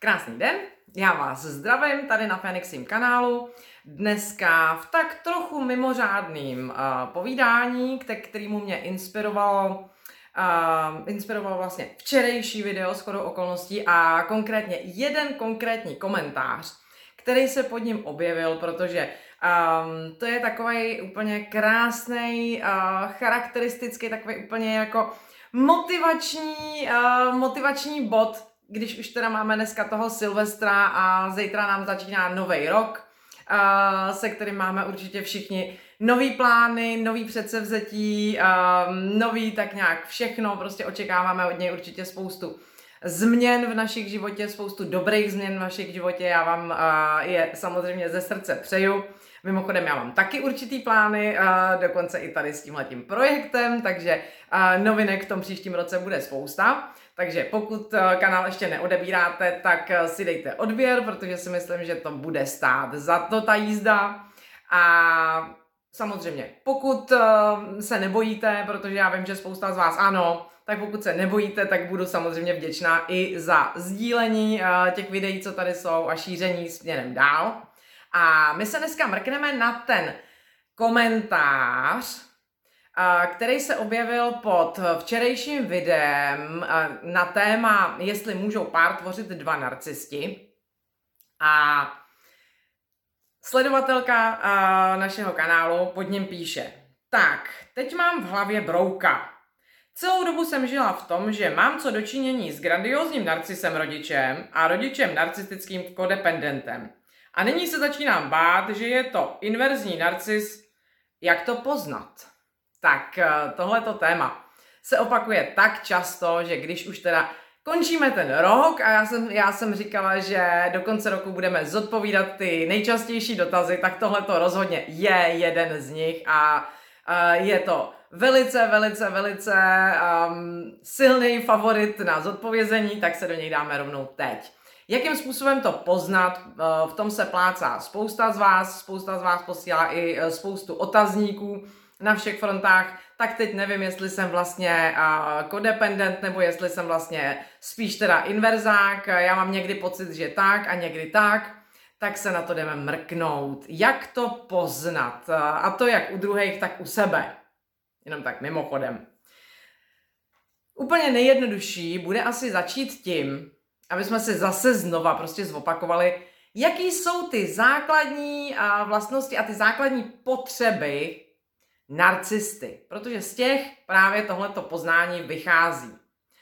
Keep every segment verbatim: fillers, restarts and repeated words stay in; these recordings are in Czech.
Krásný den, já vás zdravím tady na Fénixím kanálu. Dneska v tak trochu mimořádným uh, povídání, kterému mě inspirovalo, uh, inspirovalo vlastně včerejší video shodou okolností a konkrétně jeden konkrétní komentář, který se pod ním objevil, protože um, to je takový úplně krásný, uh, charakteristický, takový úplně jako motivační, uh, motivační bod, když už teda máme dneska toho Silvestra a zítra nám začíná nový rok, uh, se kterým máme určitě všichni nový plány, nový předsevzetí, uh, nový tak nějak všechno, prostě očekáváme od něj určitě spoustu změn v našich životě, spoustu dobrých změn v našich životě, já vám uh, je samozřejmě ze srdce přeju. Mimochodem já mám taky určitý plány, uh, dokonce i tady s tímhletím projektem, takže uh, novinek v tom příštím roce bude spousta. Takže pokud uh, kanál ještě neodebíráte, tak uh, si dejte odběr, protože si myslím, že to bude stát za to ta jízda. A samozřejmě, pokud uh, se nebojíte, protože já vím, že spousta z vás ano, tak pokud se nebojíte, tak budu samozřejmě vděčná i za sdílení uh, těch videí, co tady jsou a šíření směrem dál. A my se dneska mrkneme na ten komentář, který se objevil pod včerejším videem na téma, jestli můžou pár tvořit dva narcisti. A sledovatelka našeho kanálu pod ním píše: tak, teď mám v hlavě brouka. Celou dobu jsem žila v tom, že mám co dočinění s grandiózním narcisem rodičem a rodičem narcistickým kodependentem. A nyní se začínám bát, že je to inverzní narcis. Jak to poznat? Tak tohleto téma se opakuje tak často, že když už teda končíme ten rok a já jsem, já jsem říkala, že do konce roku budeme zodpovídat ty nejčastější dotazy, tak tohleto rozhodně je jeden z nich a uh, je to velice, velice, velice um, silný favorit na zodpovězení, tak se do něj dáme rovnou teď. Jakým způsobem to poznat? V tom se plácá spousta z vás, spousta z vás posílá i spoustu otazníků na všech frontách, tak teď nevím, jestli jsem vlastně kodependent, nebo jestli jsem vlastně spíš teda inverzák. Já mám někdy pocit, že tak a někdy tak, tak se na to jdeme mrknout. Jak to poznat? A to jak u druhých, tak u sebe. Jenom tak mimochodem. Úplně nejjednodušší bude asi začít tím, aby jsme si zase znova prostě zopakovali, jaký jsou ty základní vlastnosti a ty základní potřeby narcisty. Protože z těch právě tohleto poznání vychází.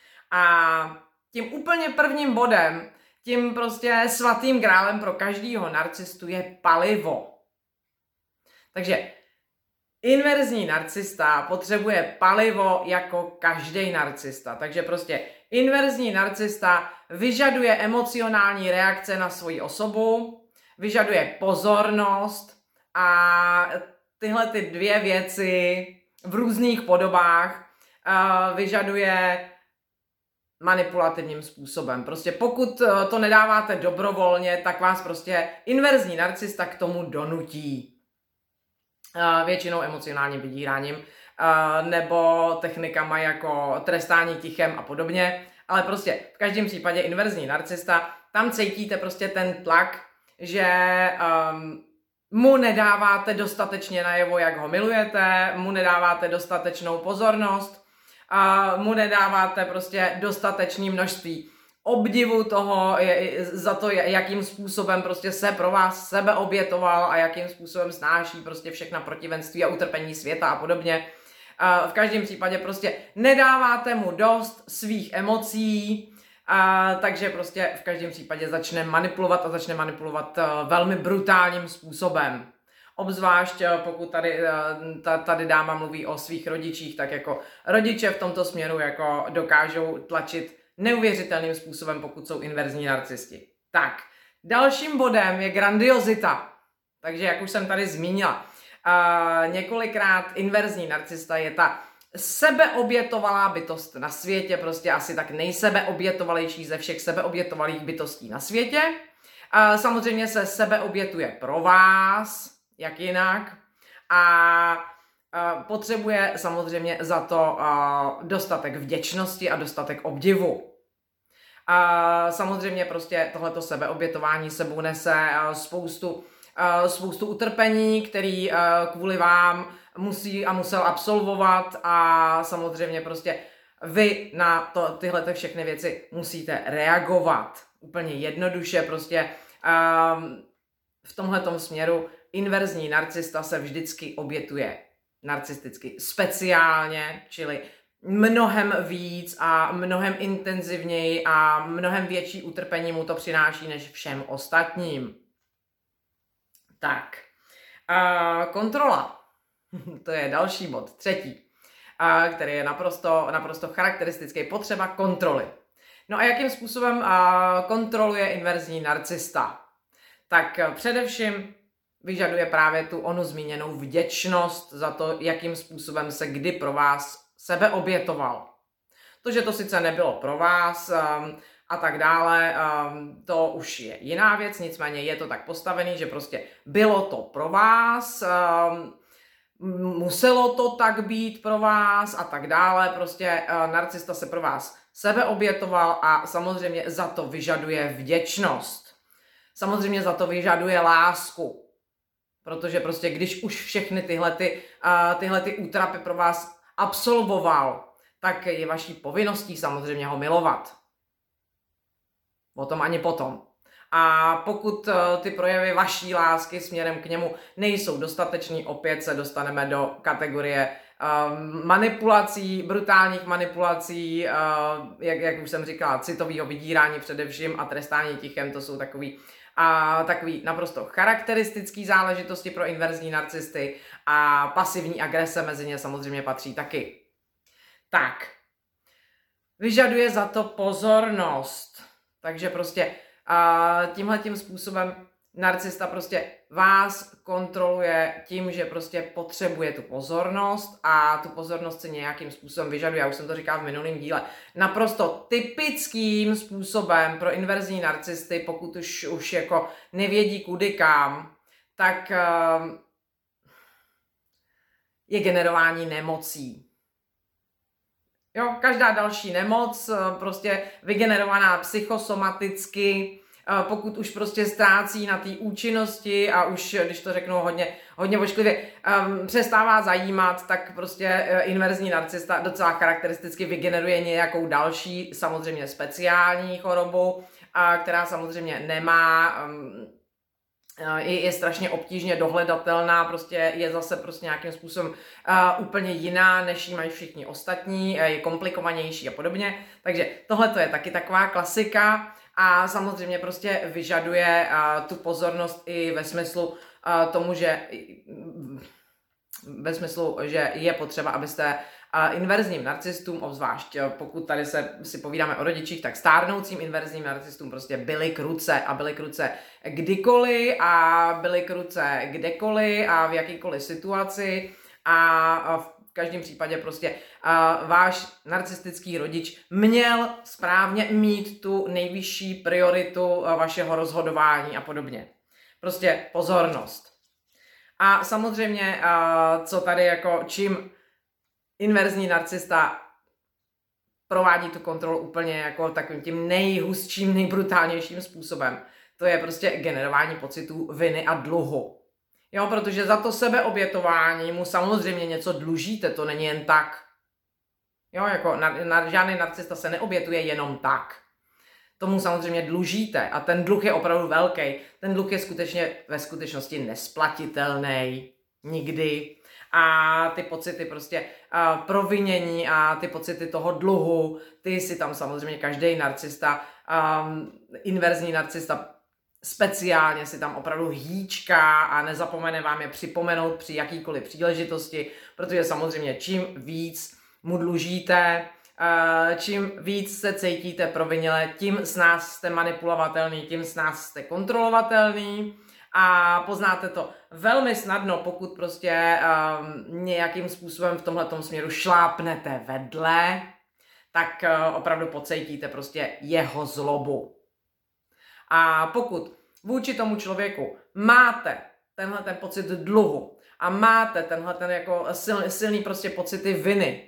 A tím úplně prvním bodem, tím prostě svatým grálem pro každýho narcistu je palivo. Takže inverzní narcista potřebuje palivo jako každý narcista. Takže prostě inverzní narcista vyžaduje emocionální reakce na svoji osobu, vyžaduje pozornost a tyhle ty dvě věci v různých podobách uh, vyžaduje manipulativním způsobem. Prostě pokud to nedáváte dobrovolně, tak vás prostě inverzní narcista k tomu donutí. Uh, většinou emocionálním vydíráním uh, nebo technikama jako trestání tichem a podobně, ale prostě v každém případě inverzní narcista, tam cítíte prostě ten tlak, že um, mu nedáváte dostatečně najevo, jak ho milujete, mu nedáváte dostatečnou pozornost, uh, mu nedáváte prostě dostatečné množství obdivu toho, je, za to, jakým způsobem prostě se pro vás sebe obětoval a jakým způsobem snáší prostě všechna protivenství a utrpení světa a podobně. Uh, v každém případě prostě nedáváte mu dost svých emocí, uh, takže prostě v každém případě začne manipulovat a začne manipulovat uh, velmi brutálním způsobem. Obzvlášť uh, pokud tady, uh, tady dáma mluví o svých rodičích, tak jako rodiče v tomto směru jako dokážou tlačit neuvěřitelným způsobem, pokud jsou inverzní narcisti. Tak, dalším bodem je grandiozita. Takže, jak už jsem tady zmínila, uh, několikrát inverzní narcista je ta sebeobětovalá bytost na světě, prostě asi tak nejsebeobětovalejší ze všech sebeobětovalých bytostí na světě. Uh, samozřejmě se sebeobětuje pro vás, jak jinak. A Uh, potřebuje samozřejmě za to uh, dostatek vděčnosti a dostatek obdivu. A samozřejmě prostě tohleto sebeobětování sebou nese spoustu, spoustu utrpení, který kvůli vám musí a musel absolvovat a samozřejmě prostě vy na to, tyhle všechny věci musíte reagovat. Úplně jednoduše prostě um, v tomhletom směru inverzní narcista se vždycky obětuje narcisticky speciálně, čili mnohem víc a mnohem intenzivněji a mnohem větší utrpení mu to přináší než všem ostatním. Tak, a kontrola. To je další bod, třetí, a který je naprosto, naprosto charakteristický. Potřeba kontroly. No a jakým způsobem a, kontroluje inverzní narcista? Tak především vyžaduje právě tu onu zmíněnou vděčnost za to, jakým způsobem se kdy pro vás sebe obětoval. To, že to sice nebylo pro vás um, a tak dále, um, to už je jiná věc, nicméně je to tak postavený, že prostě bylo to pro vás, um, muselo to tak být pro vás a tak dále, prostě uh, narcista se pro vás sebe obětoval a samozřejmě za to vyžaduje vděčnost. Samozřejmě za to vyžaduje lásku, protože prostě když už všechny tyhle, ty, uh, tyhle ty útrapy pro vás absolvoval, tak je vaší povinností samozřejmě ho milovat. O tom ani potom. A pokud uh, ty projevy vaší lásky směrem k němu nejsou dostatečný, opět se dostaneme do kategorie uh, manipulací, brutálních manipulací, uh, jak, jak už jsem říkala, citového vydírání především a trestání tichem, to jsou takový a takový naprosto charakteristický záležitosti pro inverzní narcisty a pasivní agrese mezi ně samozřejmě patří taky. Tak, vyžaduje za to pozornost. Takže prostě tímhletím způsobem narcista prostě vás kontroluje tím, že prostě potřebuje tu pozornost a tu pozornost si nějakým způsobem vyžaduje. Já už jsem to říkala v minulém díle. Naprosto typickým způsobem pro inverzní narcisty, pokud už, už jako nevědí kudy kam, tak uh, je generování nemocí. Jo, každá další nemoc, prostě vygenerovaná psychosomaticky, pokud už prostě ztrácí na té účinnosti a už, když to řeknu hodně, hodně ošklivě, um, přestává zajímat, tak prostě inverzní narcista docela charakteristicky vygeneruje nějakou další, samozřejmě speciální chorobu, a která samozřejmě nemá, um, je, je strašně obtížně dohledatelná, prostě je zase prostě nějakým způsobem uh, úplně jiná, než ji mají všichni ostatní, je komplikovanější a podobně. Takže tohle to je taky taková klasika. A samozřejmě prostě vyžaduje uh, tu pozornost i ve smyslu uh, tomu, že ve smyslu, že je potřeba, abyste uh, inverzním narcistům, obzvlášť pokud tady se si povídáme o rodičích, tak stárnoucím inverzním narcistům prostě byli k ruce a byli k ruce kdykoliv a byli k ruce kdekoliv a v jakýkoliv situaci a v V každém případě prostě uh, váš narcistický rodič měl správně mít tu nejvyšší prioritu uh, vašeho rozhodování a podobně. Prostě pozornost. A samozřejmě, uh, co tady jako čím inverzní narcista provádí tu kontrolu úplně jako takovým tím nejhustším, nejbrutálnějším způsobem, to je prostě generování pocitů viny a dluhu. Jo, protože za to sebeobětování mu samozřejmě něco dlužíte, to není jen tak. Jo, jako na, na, žádný narcista se neobětuje jenom tak. Tomu samozřejmě dlužíte a ten dluh je opravdu velký. Ten dluh je skutečně ve skutečnosti nesplatitelný. Nikdy. A ty pocity prostě uh, provinění a ty pocity toho dluhu, ty si tam samozřejmě každý narcista, um, inverzní narcista speciálně si tam opravdu hýčká a nezapomene vám je připomenout při jakýkoliv příležitosti, protože samozřejmě čím víc mu dlužíte, čím víc se cítíte provinile, tím s nás jste manipulovatelný, tím s nás jste kontrolovatelný a poznáte to velmi snadno, pokud prostě um, nějakým způsobem v tomhletom směru šlápnete vedle, tak uh, opravdu pocítíte prostě jeho zlobu. A pokud vůči tomu člověku máte tenhle ten pocit dluhu a máte tenhle ten jako sil, silný prostě pocity viny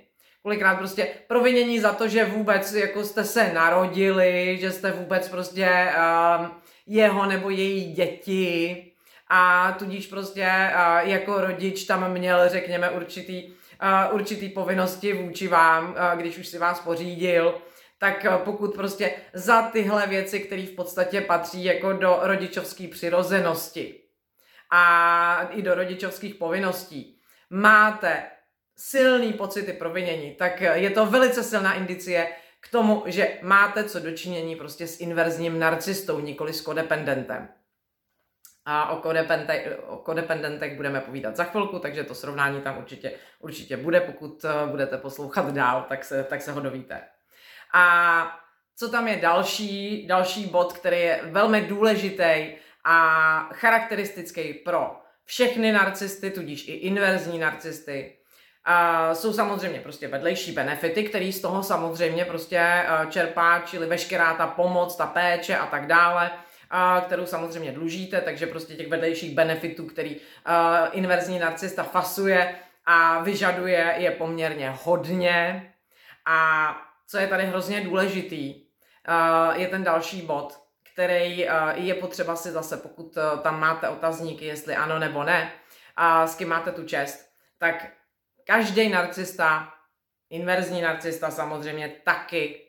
kolikrát prostě provinění za to, že vůbec jako jste se narodili, že jste vůbec prostě uh, jeho nebo její děti a tudíž prostě uh, jako rodič tam měl, řekněme, určitý, uh, určitý povinnosti vůči vám, uh, když už si vás pořídil, tak uh, pokud prostě za tyhle věci, které v podstatě patří jako do rodičovské přirozenosti a i do rodičovských povinností, máte silný pocity provinění, tak je to velice silná indicie k tomu, že máte co dočinění prostě s inverzním narcistou, nikoli s kodependentem. A o, kodepende, o kodependentech budeme povídat za chvilku, takže to srovnání tam určitě, určitě bude, pokud budete poslouchat dál, tak se, tak se ho dovíte. A co tam je další, další bod, který je velmi důležitý a charakteristický pro všechny narcisty, tudíž i inverzní narcisty, Uh, jsou samozřejmě prostě vedlejší benefity, který z toho samozřejmě prostě uh, čerpá, čili veškerá ta pomoc, ta péče a tak dále, uh, kterou samozřejmě dlužíte, takže prostě těch vedlejších benefitů, který uh, inverzní narcista fasuje a vyžaduje, je poměrně hodně. A co je tady hrozně důležitý, uh, je ten další bod, který uh, je potřeba si zase, pokud uh, tam máte otazníky, jestli ano nebo ne, a s kým máte tu čest, tak každý narcista, inverzní narcista samozřejmě taky,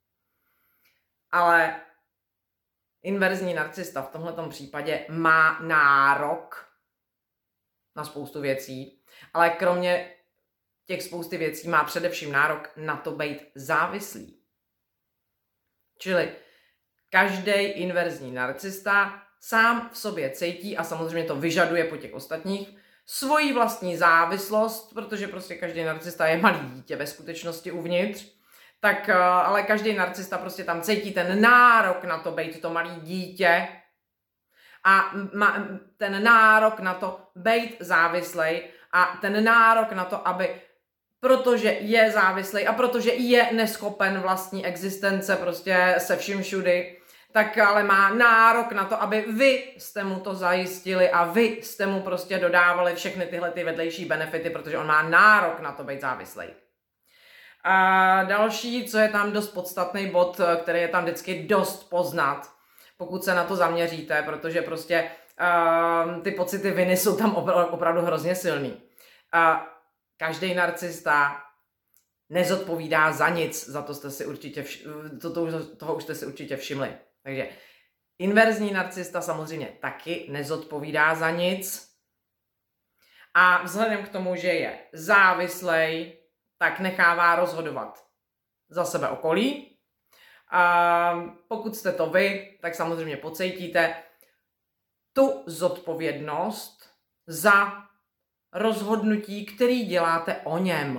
ale inverzní narcista v tomhletom případě má nárok na spoustu věcí, ale kromě těch spousty věcí má především nárok na to být závislý. Čili každý inverzní narcista sám v sobě cítí a samozřejmě to vyžaduje po těch ostatních, svoji vlastní závislost, protože prostě každý narcista je malý dítě ve skutečnosti uvnitř, tak ale každý narcista prostě tam cítí ten nárok na to být to malý dítě a má ten nárok na to být závislej a ten nárok na to, aby protože je závislej a protože je neschopen vlastní existence prostě se vším všudy, tak ale má nárok na to, aby vy jste mu to zajistili a vy jste mu prostě dodávali všechny tyhle ty vedlejší benefity, protože on má nárok na to být závislej. A další, co je tam dost podstatný bod, který je tam vždycky dost poznat, pokud se na to zaměříte, protože prostě uh, ty pocity viny jsou tam opra- opravdu hrozně silný. Uh, každý narcista nezodpovídá za nic, za to jste si určitě, vš- to, to, toho už jste si určitě všimli. Takže inverzní narcista samozřejmě taky nezodpovídá za nic a vzhledem k tomu, že je závislej, tak nechává rozhodovat za sebe okolí. A pokud jste to vy, tak samozřejmě pocítíte tu zodpovědnost za rozhodnutí, který děláte o něm.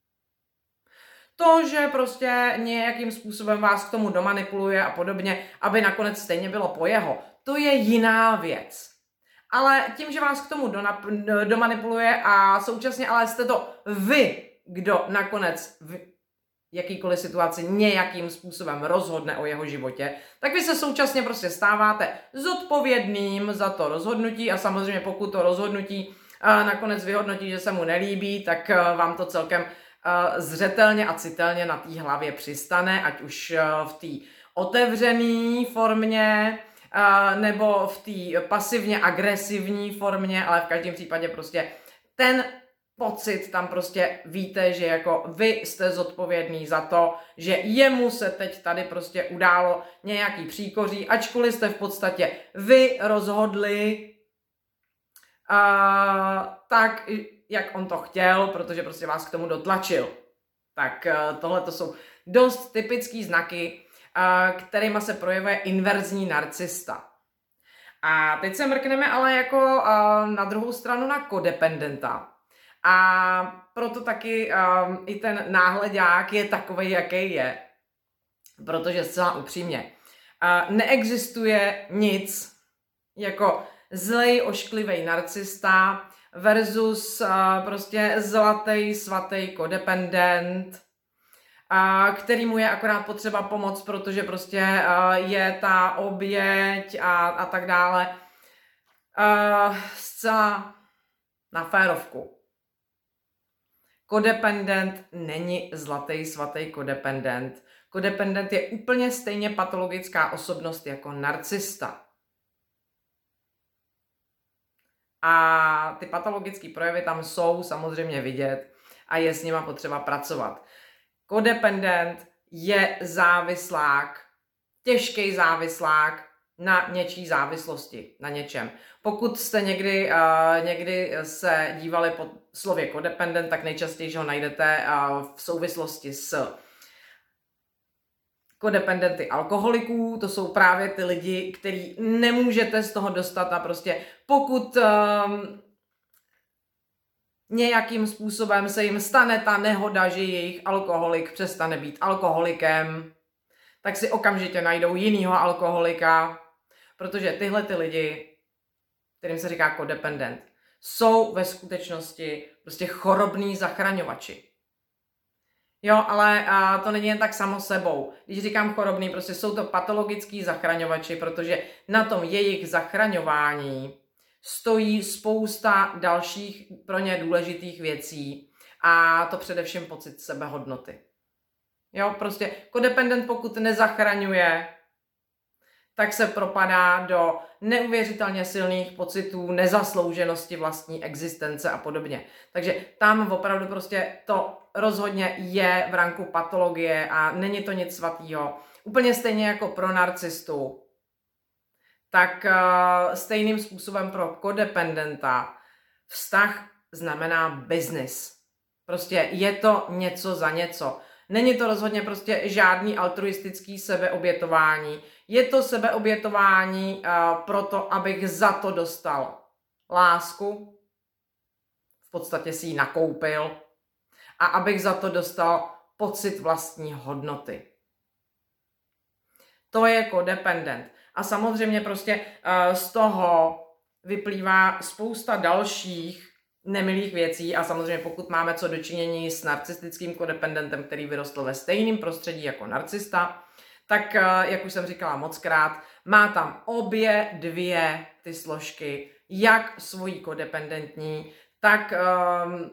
To, že prostě nějakým způsobem vás k tomu domanipuluje a podobně, aby nakonec stejně bylo po jeho, to je jiná věc. Ale tím, že vás k tomu domanipuluje a současně ale jste to vy, kdo nakonec v jakýkoliv situaci nějakým způsobem rozhodne o jeho životě, tak vy se současně prostě stáváte zodpovědným za to rozhodnutí a samozřejmě pokud to rozhodnutí nakonec vyhodnotí, že se mu nelíbí, tak vám to celkem zřetelně a citelně na té hlavě přistane, ať už v té otevřené formě, nebo v té pasivně agresivní formě, ale v každém případě prostě ten pocit tam prostě víte, že jako vy jste zodpovědný za to, že jemu se teď tady prostě událo nějaký příkoří, ačkoliv jste v podstatě vy rozhodli uh, tak, jak on to chtěl, protože prostě vás k tomu dotlačil. Tak uh, tohle to jsou dost typický znaky, uh, kterýma se projevuje inverzní narcista. A teď se mrkneme ale jako uh, na druhou stranu na kodependenta. A proto taky um, i ten náhledák je takovej, jaký je. Protože zcela upřímně uh, neexistuje nic jako zlej, ošklivej narcista versus uh, prostě zlatý, svatý kodependent, uh, který mu je akorát potřeba pomoc, protože prostě uh, je ta oběť a, a tak dále. Uh, zcela na férovku. Kodependent není zlatý svatý kodependent. Kodependent je úplně stejně patologická osobnost jako narcista. A ty patologické projevy tam jsou samozřejmě vidět a je s nima potřeba pracovat. Kodependent je závislák, těžký závislák na něčí závislosti, na něčem. Pokud jste někdy, uh, někdy se dívali po slově kodependent, tak nejčastěji ho najdete uh, v souvislosti s kodependenty alkoholiků. To jsou právě ty lidi, který nemůžete z toho dostat a prostě pokud um, nějakým způsobem se jim stane ta nehoda, že jejich alkoholik přestane být alkoholikem, tak si okamžitě najdou jinýho alkoholika, protože tyhle ty lidi, kterým se říká kodependent, jsou ve skutečnosti prostě chorobní zachraňovači. Jo, ale a, to není jen tak samo sebou. Když říkám chorobný, prostě jsou to patologický zachraňovači, protože na tom jejich zachraňování stojí spousta dalších pro ně důležitých věcí a to především pocit sebehodnoty. Jo, prostě kodependent, pokud nezachraňuje, tak se propadá do neuvěřitelně silných pocitů nezaslouženosti vlastní existence a podobně. Takže tam opravdu prostě to rozhodně je v ranku patologie a není to nic svatýho. Úplně stejně jako pro narcistu, tak uh, stejným způsobem pro kodependenta vztah znamená business. Prostě je to něco za něco. Není to rozhodně prostě žádný altruistický sebeobětování. Je to sebeobětování uh, proto, abych za to dostal lásku, v podstatě si ji nakoupil, a abych za to dostal pocit vlastní hodnoty. To je kodependent. A samozřejmě prostě uh, z toho vyplývá spousta dalších nemilých věcí a samozřejmě pokud máme co dočinění s narcistickým kodependentem, který vyrostl ve stejném prostředí jako narcista, tak, jak už jsem říkala mockrát, má tam obě dvě ty složky, jak svoji kodependentní, tak um,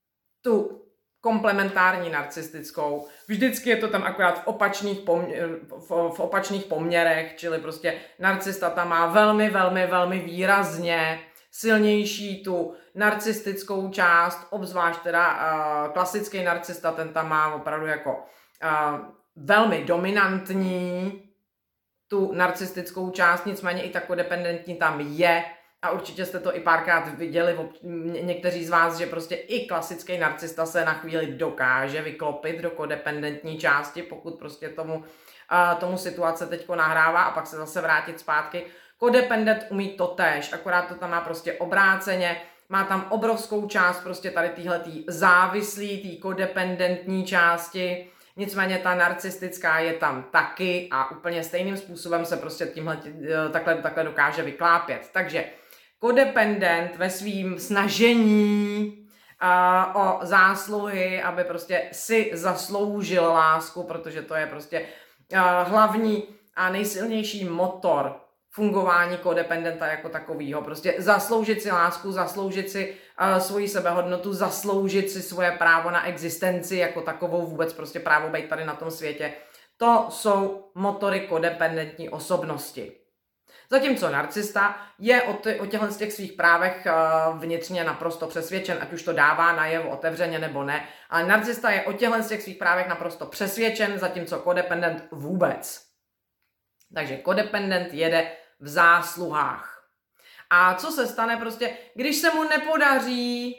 tu komplementární narcistickou. Vždycky je to tam akorát v opačných, poměr, v, v opačných poměrech, čili prostě narcista tam má velmi, velmi, velmi výrazně silnější tu narcistickou část, obzvlášť teda uh, klasický narcista, ten tam má opravdu jako uh, velmi dominantní tu narcistickou část, nicméně i ta kodependentní tam je a určitě jste to i párkrát viděli, někteří z vás, že prostě i klasický narcista se na chvíli dokáže vyklopit do kodependentní části, pokud prostě tomu, uh, tomu situace teďko nahrává a pak se zase vrátit zpátky. Kodependent umí to též, akorát to tam má prostě obráceně, má tam obrovskou část prostě tady týhletý závislý, tý kodependentní části, nicméně ta narcistická je tam taky a úplně stejným způsobem se prostě tímhle takhle, takhle dokáže vyklápět. Takže kodependent ve svým snažení uh, o zásluhy, aby prostě si zasloužil lásku, protože to je prostě uh, hlavní a nejsilnější motor fungování kodependenta jako takového. Prostě zasloužit si lásku, zasloužit si uh, svoji sebehodnotu, zasloužit si svoje právo na existenci jako takovou, vůbec prostě právo být tady na tom světě. To jsou motory kodependentní osobnosti. Zatímco narcista je o, ty, o těchto z těch svých právech uh, vnitřně naprosto přesvědčen, ať už to dává najevo otevřeně nebo ne, ale narcista je o těchto z těch svých právech naprosto přesvědčen, zatímco kodependent vůbec. Takže kodependent jede v zásluhách. A co se stane prostě, když se mu nepodaří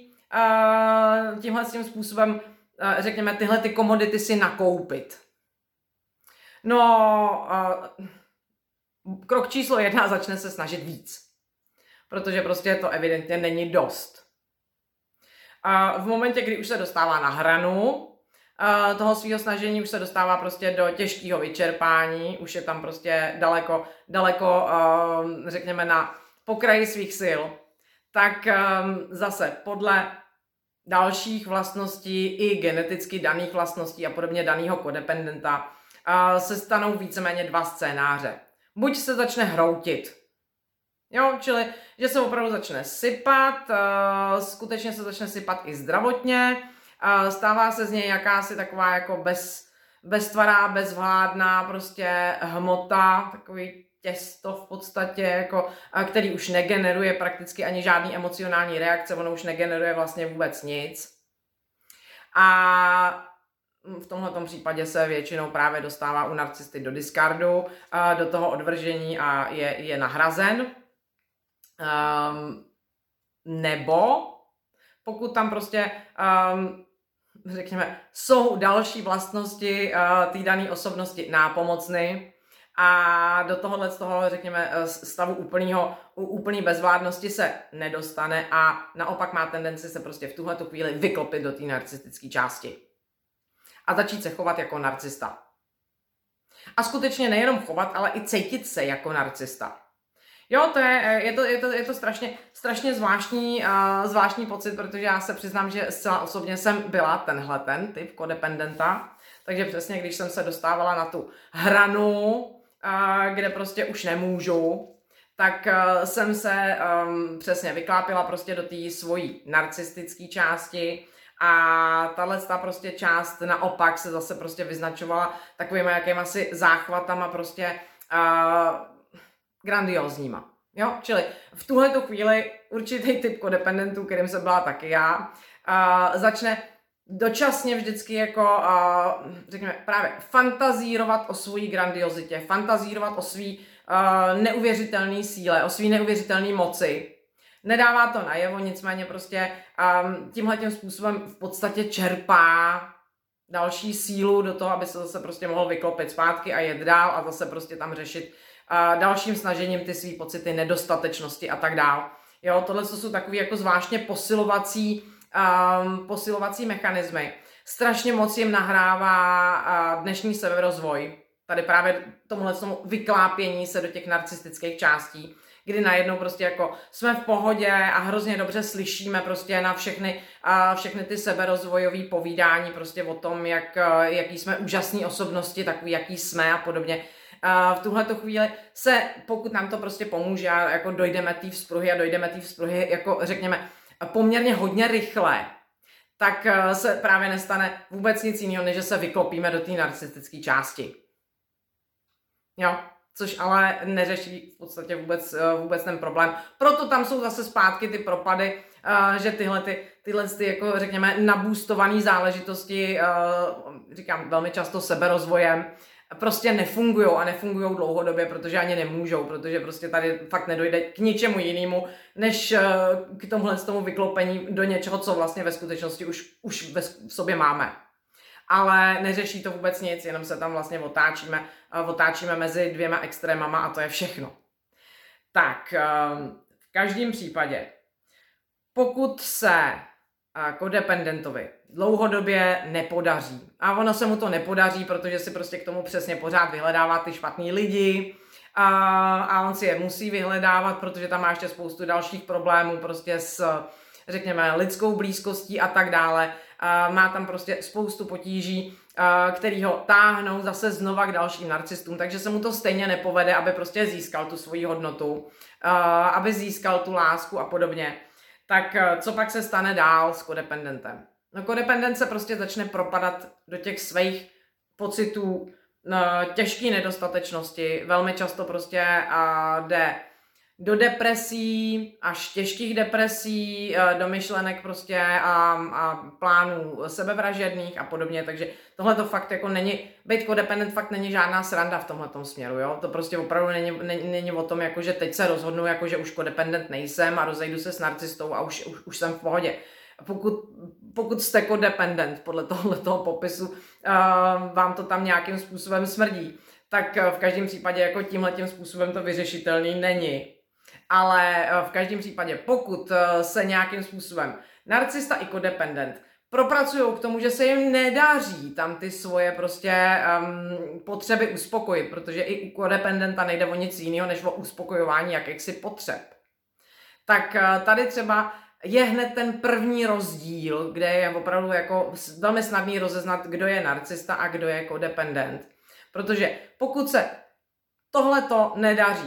uh, tímhle tím způsobem, uh, řekněme, tyhle ty komodity si nakoupit? No, uh, krok číslo jedna, začne se snažit víc. Protože prostě to evidentně není dost. Uh, v momentě, kdy už se dostává na hranu Uh, toho svého snažení, už se dostává prostě do těžkého vyčerpání, už je tam prostě daleko, daleko, uh, řekněme, na pokraji svých sil, tak um, zase podle dalších vlastností i geneticky daných vlastností a podobně daného kodependenta uh, se stanou víceméně dva scénáře. Buď se začne hroutit, jo, čili, že se opravdu začne sypat, uh, skutečně se začne sypat i zdravotně, stává se z něj jakási taková jako bez, beztvará, bezvládná prostě hmota, takový těsto v podstatě, jako, který už negeneruje prakticky ani žádný emocionální reakce, ono už negeneruje vlastně vůbec nic. A v tomhletom případě se většinou právě dostává u narcisty do discardu, do toho odvržení a je, je nahrazen. Um, nebo pokud tam prostě, um, řekněme, jsou další vlastnosti uh, té dané osobnosti nápomocny a do tohohle z toho, řekněme, stavu úplného, úplný bezvládnosti se nedostane a naopak má tendenci se prostě v tuhletu chvíli vyklopit do té narcistické části a začít se chovat jako narcista. A skutečně nejenom chovat, ale i cítit se jako narcista. Jo, to je, je to, je to, je to strašně, strašně zvláštní, uh, zvláštní pocit, protože já se přiznám, že zcela osobně jsem byla tenhle ten typ kodependenta, takže přesně když jsem se dostávala na tu hranu, uh, kde prostě už nemůžu, tak uh, jsem se um, přesně vyklápila prostě do té svojí narcistické části a tahle ta prostě část naopak se zase prostě vyznačovala takovýma jakýma si záchvatama prostě uh, grandiózníma. Jo? Čili v tuhletu chvíli určitý typ kodependentů, kterým jsem byla taky já, uh, začne dočasně vždycky jako, uh, řekněme, právě fantazírovat o svojí grandiozitě, fantazírovat o svý uh, neuvěřitelné síle, o svý neuvěřitelné moci. Nedává to najevo, nicméně prostě um, tímhletím způsobem v podstatě čerpá další sílu do toho, aby se zase prostě mohl vyklopit zpátky a jet dál a zase prostě tam řešit uh, dalším snažením ty svý pocity nedostatečnosti a tak dál. Jo, tohle jsou takové jako zvláštně posilovací, um, posilovací mechanismy. Strašně moc jim nahrává uh, dnešní seberozvoj. Tady právě tomuhle vyklápění se do těch narcistických částí, kdy najednou prostě jako jsme v pohodě a hrozně dobře slyšíme prostě na všechny, uh, všechny ty seberozvojové povídání prostě o tom, jak, uh, jaký jsme úžasní osobnosti, takový, jaký jsme a podobně. Uh, v tuhleto chvíli se, pokud nám to prostě pomůže a jako dojdeme té vzpruhy a dojdeme té vzpruhy jako řekněme poměrně hodně rychle, tak uh, se právě nestane vůbec nic jiného, než že se vyklopíme do té narcistické části. Jo, což ale neřeší v podstatě vůbec, vůbec ten problém. Proto tam jsou zase zpátky ty propady, že tyhle, ty, tyhle ty, jako řekněme, nabůstované záležitosti, říkám velmi často seberozvojem, prostě nefungují a nefungují dlouhodobě, protože ani nemůžou, protože prostě tady fakt nedojde k ničemu jinému, než k tomuhle tomu vyklopení do něčeho, co vlastně ve skutečnosti už, už ve sobě máme. Ale neřeší to vůbec nic, jenom se tam vlastně otáčíme, otáčíme mezi dvěma extrémama a to je všechno. Tak, v každém případě, pokud se kodependentovi dlouhodobě nepodaří, a ono se mu to nepodaří, protože si prostě k tomu přesně pořád vyhledává ty špatný lidi a, a on si je musí vyhledávat, protože tam má ještě spoustu dalších problémů prostě s, řekněme, lidskou blízkostí a tak dále. Uh, má tam prostě spoustu potíží, uh, který ho táhnou zase znova k dalším narcistům, takže se mu to stejně nepovede, aby prostě získal tu svoji hodnotu, uh, aby získal tu lásku a podobně. Tak uh, co pak se stane dál s kodependentem? No kodependent se prostě začne propadat do těch svých pocitů uh, těžké nedostatečnosti, velmi často prostě uh, jde do depresí, až těžkých depresí, do myšlenek prostě a, a plánů sebevražedných a podobně, takže tohle to fakt jako není, být kodependent fakt není žádná sranda v tomhletom směru, jo, to prostě opravdu není, není, není o tom, jako že teď se rozhodnu, jako že už kodependent nejsem a rozejdu se s narcistou a už, už, už jsem v pohodě. Pokud, pokud jste kodependent podle tohletoho popisu, uh, vám to tam nějakým způsobem smrdí, tak v každém případě jako tímhletím způsobem to vyřešitelný není. Ale v každém případě, pokud se nějakým způsobem narcista i kodependent propracují k tomu, že se jim nedaří tam ty svoje prostě um, potřeby uspokojit, protože i u kodependenta nejde o nic jiného, než o uspokojování jakýchsi potřeb. Tak tady třeba je hned ten první rozdíl, kde je opravdu jako velmi snadný rozeznat, kdo je narcista a kdo je kodependent. Protože pokud se tohleto nedaří,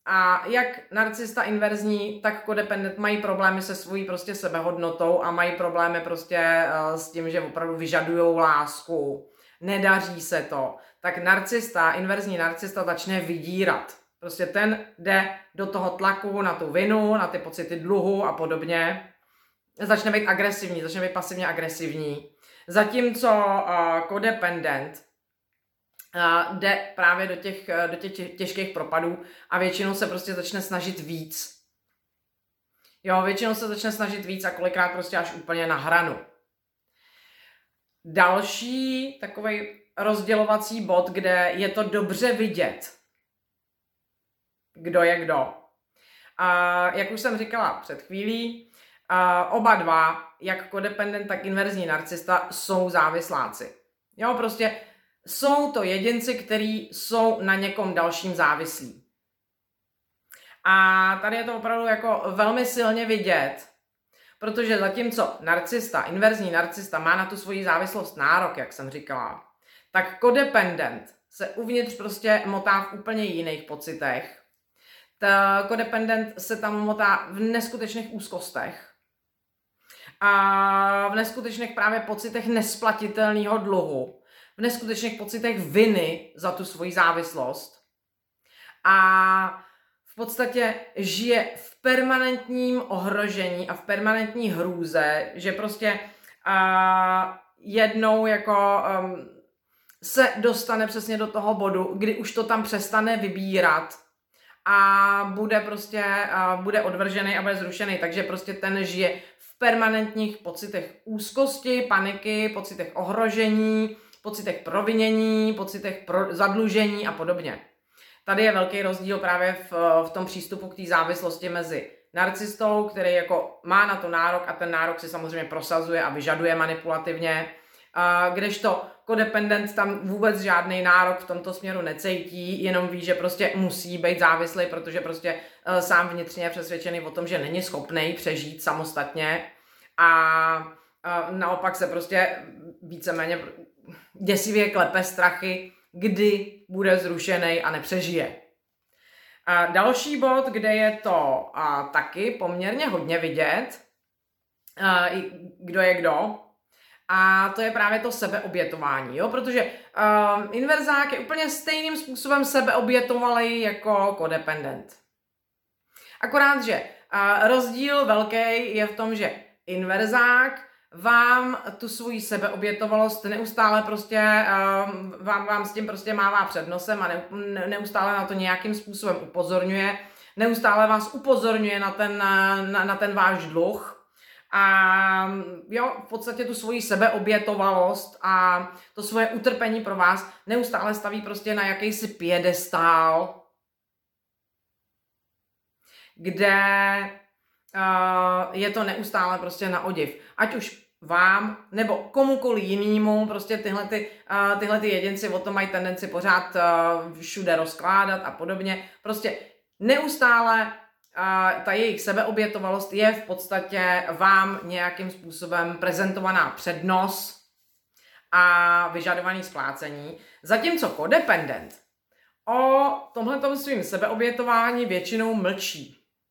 A jak narcista inverzní, tak kodependent mají problémy se svojí prostě sebehodnotou a mají problémy prostě uh, s tím, že opravdu vyžadujou lásku. Nedaří se to. Tak narcista, inverzní narcista začne vydírat. Prostě ten jde do toho tlaku na tu vinu, na ty pocity dluhu a podobně. Začne být agresivní, začne být pasivně agresivní. Zatímco uh, kodependent uh, jde právě do těch, do těch těžkých propadů a většinou se prostě začne snažit víc. Jo, většinou se začne snažit víc a kolikrát prostě až úplně na hranu. Další takový rozdělovací bod, kde je to dobře vidět, kdo je kdo. A jak už jsem říkala před chvílí, a oba dva, jak kodependent, tak inverzní narcista, jsou závisláci. Jo, prostě jsou to jedinci, kteří jsou na někom dalším závislí. A tady je to opravdu jako velmi silně vidět, protože zatímco narcista, inverzní narcista má na tu svoji závislost nárok, jak jsem říkala, tak kodependent se uvnitř prostě motá v úplně jiných pocitech. Ta kodependent se tam motá v neskutečných úzkostech a v neskutečných právě pocitech nesplatitelného dluhu, v neskutečných pocitech viny za tu svoji závislost a v podstatě žije v permanentním ohrožení a v permanentní hrůze, že prostě uh, jednou jako um, se dostane přesně do toho bodu, kdy už to tam přestane vybírat a bude prostě uh, bude odvržený a bude zrušený, takže prostě ten žije v permanentních pocitech úzkosti, paniky, pocitech ohrožení, pocitech provinění, pocitech pro, zadlužení a podobně. Tady je velký rozdíl právě v, v tom přístupu k té závislosti mezi narcistou, který jako má na to nárok a ten nárok si samozřejmě prosazuje a vyžaduje manipulativně, a kdežto kodependent tam vůbec žádný nárok v tomto směru necítí, jenom ví, že prostě musí být závislý, protože prostě uh, sám vnitřně je přesvědčený o tom, že není schopný přežít samostatně a uh, naopak se prostě víceméně děsivě klepe strachy, kdy bude zrušený a nepřežije. A další bod, kde je to a, taky poměrně hodně vidět, a, kdo je kdo, a to je právě to sebeobětování, jo? Protože a, inverzák je úplně stejným způsobem sebeobětovalý jako kodependent. Akorát, že a, rozdíl velký je v tom, že inverzák vám tu svoji sebeobětovalost neustále prostě, uh, vám, vám s tím prostě mává před nosem a ne, neustále na to nějakým způsobem upozorňuje, neustále vás upozorňuje na ten, na, na ten váš dluh a jo, v podstatě tu svoji sebeobětovalost a to svoje utrpení pro vás neustále staví prostě na jakýsi piedestál, kde Uh, je to neustále prostě na odiv. Ať už vám nebo komukoliv jinému, prostě tyhle, ty, uh, tyhle ty jedinci o to mají tendenci pořád uh, všude rozkládat a podobně. Prostě neustále uh, ta jejich sebeobětovalost je v podstatě vám nějakým způsobem prezentovaná přednos a vyžadovaný splácení. Zatímco kodependent o tomhletom svým sebeobětování většinou mlčí.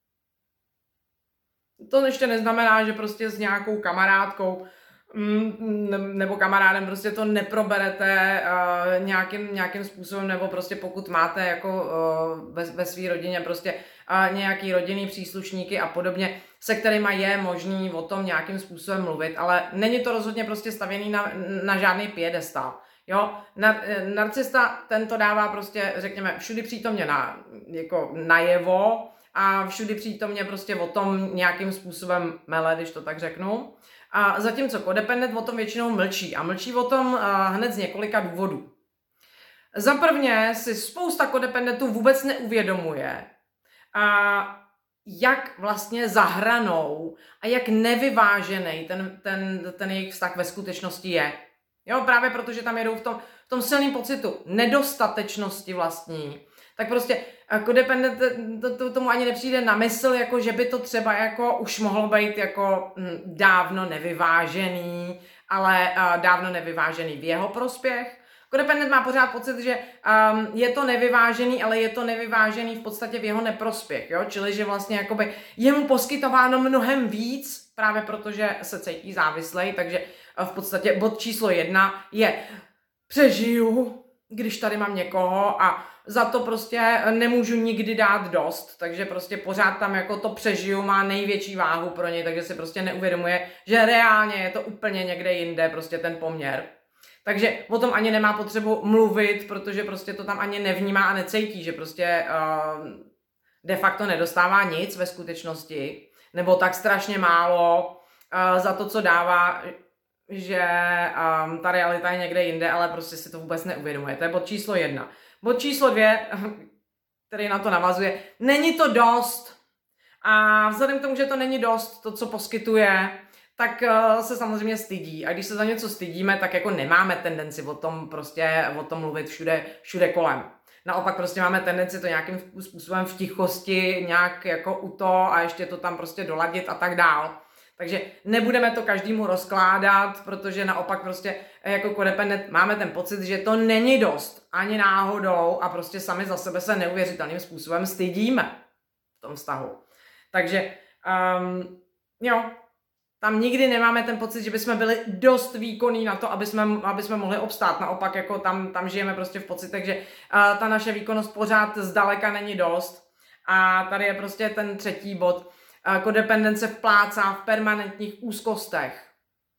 To ještě neznamená, že prostě s nějakou kamarádkou nebo kamarádem prostě to neproberete uh, nějakým, nějakým způsobem, nebo prostě pokud máte jako uh, ve, ve své rodině prostě uh, nějaký rodinný příslušníky a podobně, se kterýma je možný o tom nějakým způsobem mluvit, ale není to rozhodně prostě stavěný na, na žádný piedestál. Jo, Nar, narcista ten to dává prostě, řekněme, všudy přítomně na, jako najevo, a všudy přítomně prostě o tom nějakým způsobem mele, když to tak řeknu. A zatímco kodependent o tom většinou mlčí. A mlčí o tom uh, hned z několika důvodů. Za prvně si spousta kodependentů vůbec neuvědomuje, uh, jak vlastně za hranou a jak nevyvážený ten, ten, ten jejich vztah ve skutečnosti je. Jo, právě protože tam jedou v tom, v tom silném pocitu nedostatečnosti vlastní. Tak prostě kodependent to, to, tomu ani nepřijde na mysl, jako že by to třeba jako už mohlo být jako hm, dávno nevyvážený, ale uh, dávno nevyvážený v jeho prospěch. Codependent má pořád pocit, že um, je to nevyvážený, ale je to nevyvážený v podstatě v jeho neprospěch, jo? Čili že vlastně jakoby je mu poskytováno mnohem víc, právě protože se cítí závislej, takže v podstatě bod číslo jedna je přežiju, když tady mám někoho a za to prostě nemůžu nikdy dát dost, takže prostě pořád tam jako to přežiju má největší váhu pro něj, takže si prostě neuvědomuje, že reálně je to úplně někde jinde, prostě ten poměr. Takže o tom ani nemá potřebu mluvit, protože prostě to tam ani nevnímá a necítí, že prostě uh, de facto nedostává nic ve skutečnosti, nebo tak strašně málo uh, za to, co dává, že um, ta realita je někde jinde, ale prostě si to vůbec neuvědomuje. To je bod číslo jedna. Bod číslo dvě, který na to navazuje, není to dost. A vzhledem k tomu, že to není dost, to, co poskytuje, tak uh, se samozřejmě stydí. A když se za něco stydíme, tak jako nemáme tendenci o tom prostě o tom mluvit všude, všude kolem. Naopak prostě máme tendenci to nějakým způsobem v tichosti nějak jako u to a ještě to tam prostě doladit a tak dál. Takže nebudeme to každému rozkládat, protože naopak prostě jako codependent máme ten pocit, že to není dost ani náhodou a prostě sami za sebe se neuvěřitelným způsobem stydíme v tom vztahu. Takže um, jo, tam nikdy nemáme ten pocit, že bychom byli dost výkonní na to, aby jsme, aby jsme mohli obstát. Naopak jako tam, tam žijeme prostě v pocitech, že uh, ta naše výkonnost pořád zdaleka není dost. A tady je prostě ten třetí bod. Codependent se vplácá v permanentních úzkostech.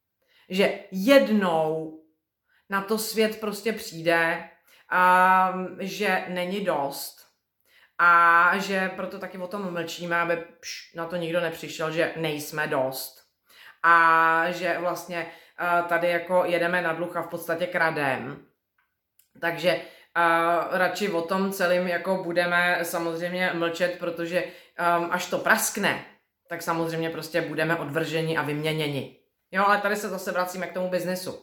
Že jednou na to svět prostě přijde, um, že není dost. A že proto taky o tom mlčíme, aby pš, na to nikdo nepřišel, že nejsme dost. A že vlastně uh, tady jako jedeme na dluh a v podstatě kradem. Takže uh, radši o tom celým jako budeme samozřejmě mlčet, protože um, až to praskne, tak samozřejmě prostě budeme odvrženi a vyměněni. Jo, ale tady se zase vracíme k tomu biznesu.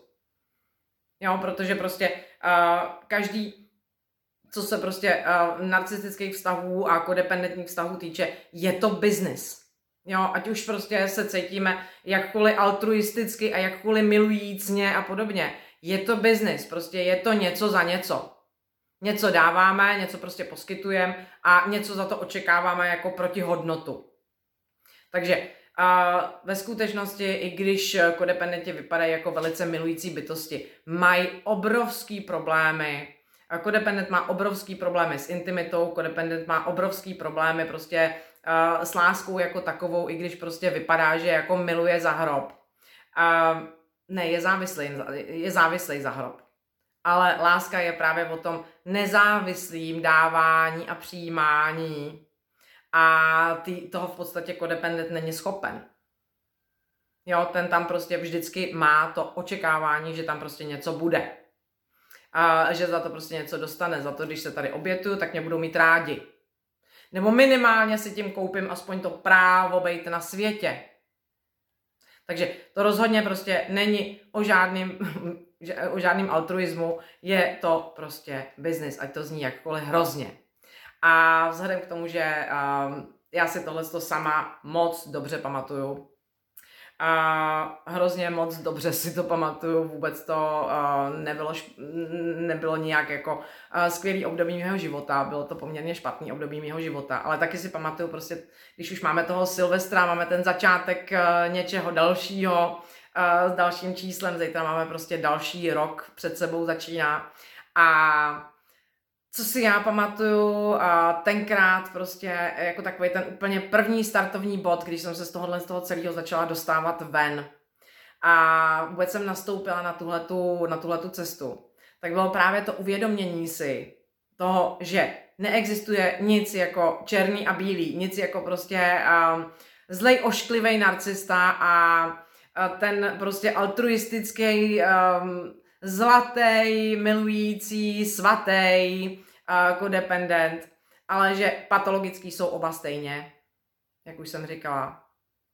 Jo, protože prostě uh, každý, co se prostě uh, narcistických vztahů a codependentních vztahů týče, je to biznis. Jo, ať už prostě se cítíme jakkoliv altruisticky a jakkoliv milujícně a podobně. Je to biznis, prostě je to něco za něco. Něco dáváme, něco prostě poskytujeme a něco za to očekáváme jako protihodnotu. Takže uh, ve skutečnosti, i když codependenti vypadají jako velice milující bytosti, mají obrovský problémy. Codependent má obrovský problémy s intimitou, codependent má obrovský problémy prostě uh, s láskou jako takovou, i když prostě vypadá, že jako miluje za hrob. Uh, ne, je závislý, je závislý za hrob. Ale láska je právě o tom nezávislým dávání a přijímání. A ty, toho v podstatě codependent není schopen. Jo, ten tam prostě vždycky má to očekávání, že tam prostě něco bude. A že za to prostě něco dostane. Za to, když se tady obětuju, tak mě budou mít rádi. Nebo minimálně si tím koupím aspoň to právo být na světě. Takže to rozhodně prostě není o žádným, o žádným altruismu, je to prostě biznis, ať to zní jakkoliv hrozně. A vzhledem k tomu, že um, já si tohle sama moc dobře pamatuju, a hrozně moc dobře si to pamatuju, vůbec to uh, nebylo, nebylo nijak jako uh, skvělý období mého života, bylo to poměrně špatný období mého života, ale taky si pamatuju prostě, když už máme toho Silvestra, máme ten začátek uh, něčeho dalšího uh, s dalším číslem, zítra máme prostě další rok před sebou začíná a co si já pamatuju, a tenkrát prostě jako takový ten úplně první startovní bod, když jsem se z tohohle z toho celého začala dostávat ven a vůbec jsem nastoupila na tuhletu, na tuhletu cestu, tak bylo právě to uvědomění si toho, že neexistuje nic jako černý a bílý, nic jako prostě um, zlej ošklivý narcista a, a ten prostě altruistický um, zlatý, milující, svatý, uh, codependent, ale že patologický jsou oba stejně, jak už jsem říkala.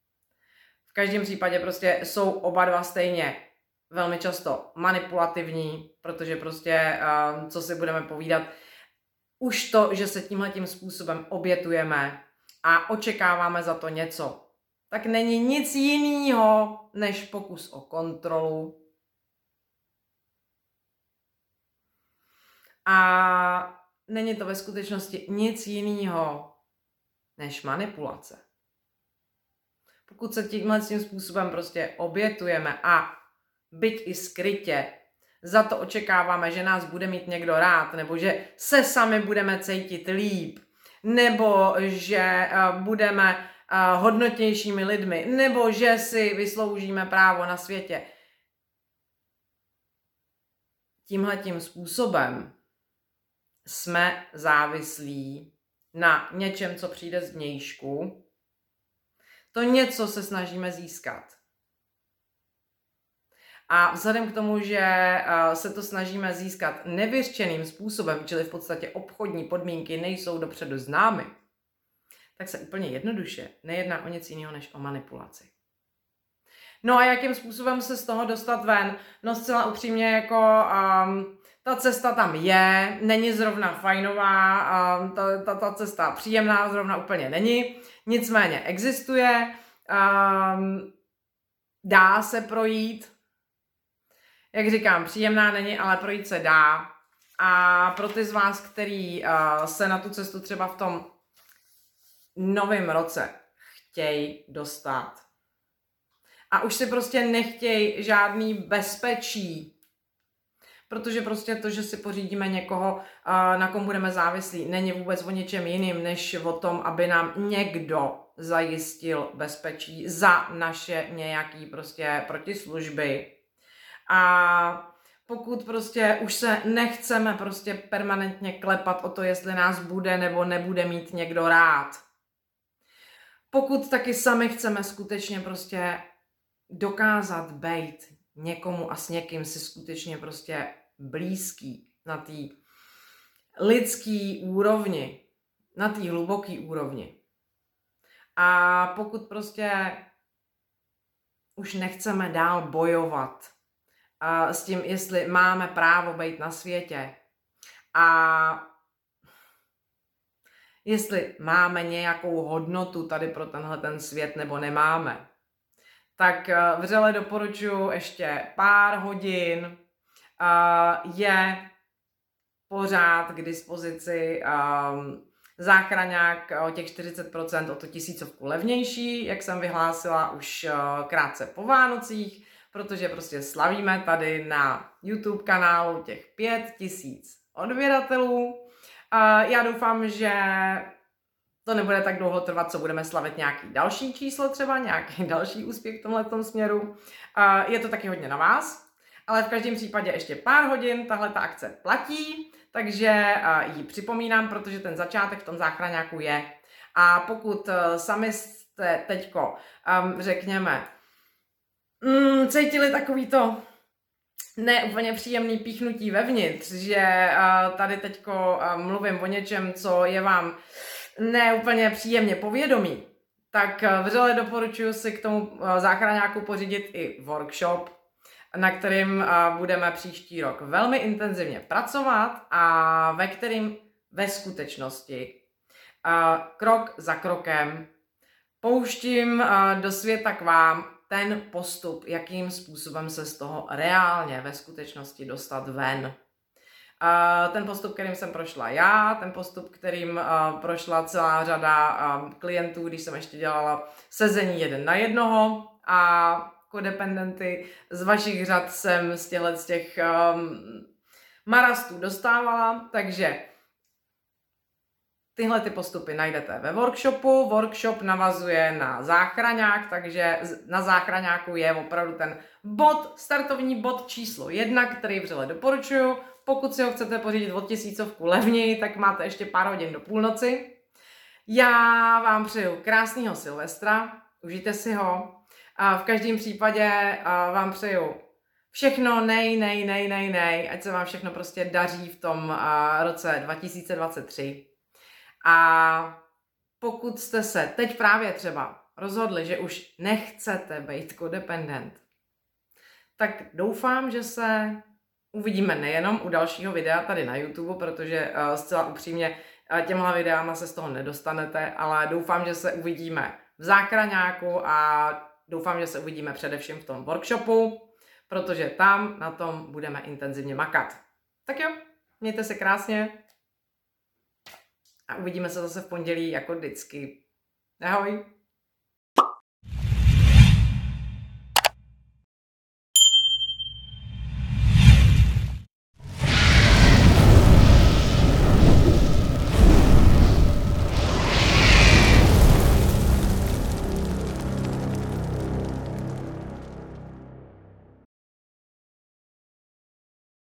V každém případě prostě jsou oba dva stejně velmi často manipulativní, protože prostě, uh, co si budeme povídat, už to, že se tímhletím způsobem obětujeme a očekáváme za to něco, tak není nic jiného než pokus o kontrolu. A není to ve skutečnosti nic jiného než manipulace. Pokud se tímhle tím způsobem prostě obětujeme a byť i skrytě za to očekáváme, že nás bude mít někdo rád, nebo že se sami budeme cítit líp, nebo že uh, budeme uh, hodnotnějšími lidmi, nebo že si vysloužíme právo na světě. Tímhletím způsobem jsme závislí na něčem, co přijde z vnějšku. To něco se snažíme získat. A vzhledem k tomu, že se to snažíme získat nevyřčeným způsobem, čili v podstatě obchodní podmínky nejsou dopředu známy, tak se úplně jednoduše nejedná o nic jiného než o manipulaci. No a jakým způsobem se z toho dostat ven? No zcela upřímně, jako um, ta cesta tam je, není zrovna fajnová, um, ta, ta, ta cesta příjemná zrovna úplně není, nicméně existuje, um, dá se projít, jak říkám, příjemná není, ale projít se dá. A pro ty z vás, který uh, se na tu cestu třeba v tom novém roce chtějí dostat, a už si prostě nechtějí žádný bezpečí, protože prostě to, že si pořídíme někoho, na kom budeme závislí, není vůbec o něčem jiným, než o tom, aby nám někdo zajistil bezpečí za naše nějaký prostě protislužby. A pokud prostě už se nechceme prostě permanentně klepat o to, jestli nás bude nebo nebude mít někdo rád, pokud taky sami chceme skutečně prostě dokázat být někomu a s někým si skutečně prostě blízký na té lidské úrovni, na té hluboké úrovni. A pokud prostě už nechceme dál bojovat a s tím, jestli máme právo být na světě a jestli máme nějakou hodnotu tady pro tenhle ten svět nebo nemáme, tak vřele doporučuji ještě pár hodin. Je pořád k dispozici záchraňák o těch čtyřicet procent o to tisícovku levnější, jak jsem vyhlásila už krátce po Vánocích, protože prostě slavíme tady na YouTube kanálu těch pět tisíc odběratelů. Já doufám, že to nebude tak dlouho trvat, co budeme slavit nějaký další číslo třeba, nějaký další úspěch v tomhletom směru. Je to taky hodně na vás, ale v každém případě ještě pár hodin tahle ta akce platí, takže ji připomínám, protože ten začátek v tom záchraňáku je. A pokud sami jste teďko, řekněme, mm, cítili takovýto ne úplně příjemný píchnutí vevnitř, že tady teďko mluvím o něčem, co je vám ne úplně příjemně povědomí, tak vřele doporučuji si k tomu záchraňáku pořídit i workshop, na kterým budeme příští rok velmi intenzivně pracovat a ve kterým ve skutečnosti krok za krokem pouštím do světa k vám ten postup, jakým způsobem se z toho reálně ve skutečnosti dostat ven. Ten postup, kterým jsem prošla já, ten postup, kterým prošla celá řada klientů, když jsem ještě dělala sezení jeden na jednoho a kodependenty z vašich řad jsem z těchto z těch um, marastů dostávala, takže tyhle ty postupy najdete ve workshopu. Workshop navazuje na záchraňák, takže na záchraňáku je opravdu ten bod, startovní bod číslo jedna, který vřele doporučuju. Pokud si ho chcete pořídit od tisícovku levněji, tak máte ještě pár hodin do půlnoci. Já vám přeju krásného Silvestra, užijte si ho. A v každém případě vám přeju všechno nej, nej, nej, nej, nej, ať se vám všechno prostě daří v tom roce dva tisíce dvacet tři. A pokud jste se teď právě třeba rozhodli, že už nechcete být codependent, tak doufám, že se uvidíme nejenom u dalšího videa tady na YouTube, protože uh, zcela upřímně uh, těmhle videama se z toho nedostanete, ale doufám, že se uvidíme v záchraňáku a doufám, že se uvidíme především v tom workshopu, protože tam na tom budeme intenzivně makat. Tak jo. Mějte se krásně a uvidíme se zase v pondělí jako vždycky. Ahoj!